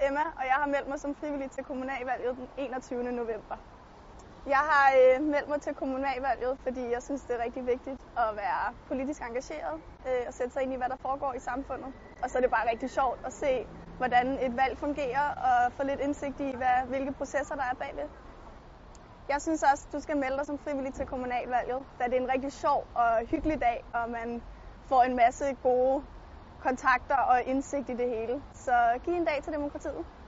Emma, og jeg har meldt mig som frivillig til kommunalvalget den 21. november. Jeg har meldt mig til kommunalvalget, fordi jeg synes, det er rigtig vigtigt at være politisk engageret og sætte sig ind i, hvad der foregår i samfundet. Og så er det bare rigtig sjovt at se, hvordan et valg fungerer og få lidt indsigt i, hvilke processer der er bagved. Jeg synes også, du skal melde dig som frivillig til kommunalvalget, da det er en rigtig sjov og hyggelig dag, og man får en masse gode kontakter og indsigt i det hele. Så giv en dag til demokratiet.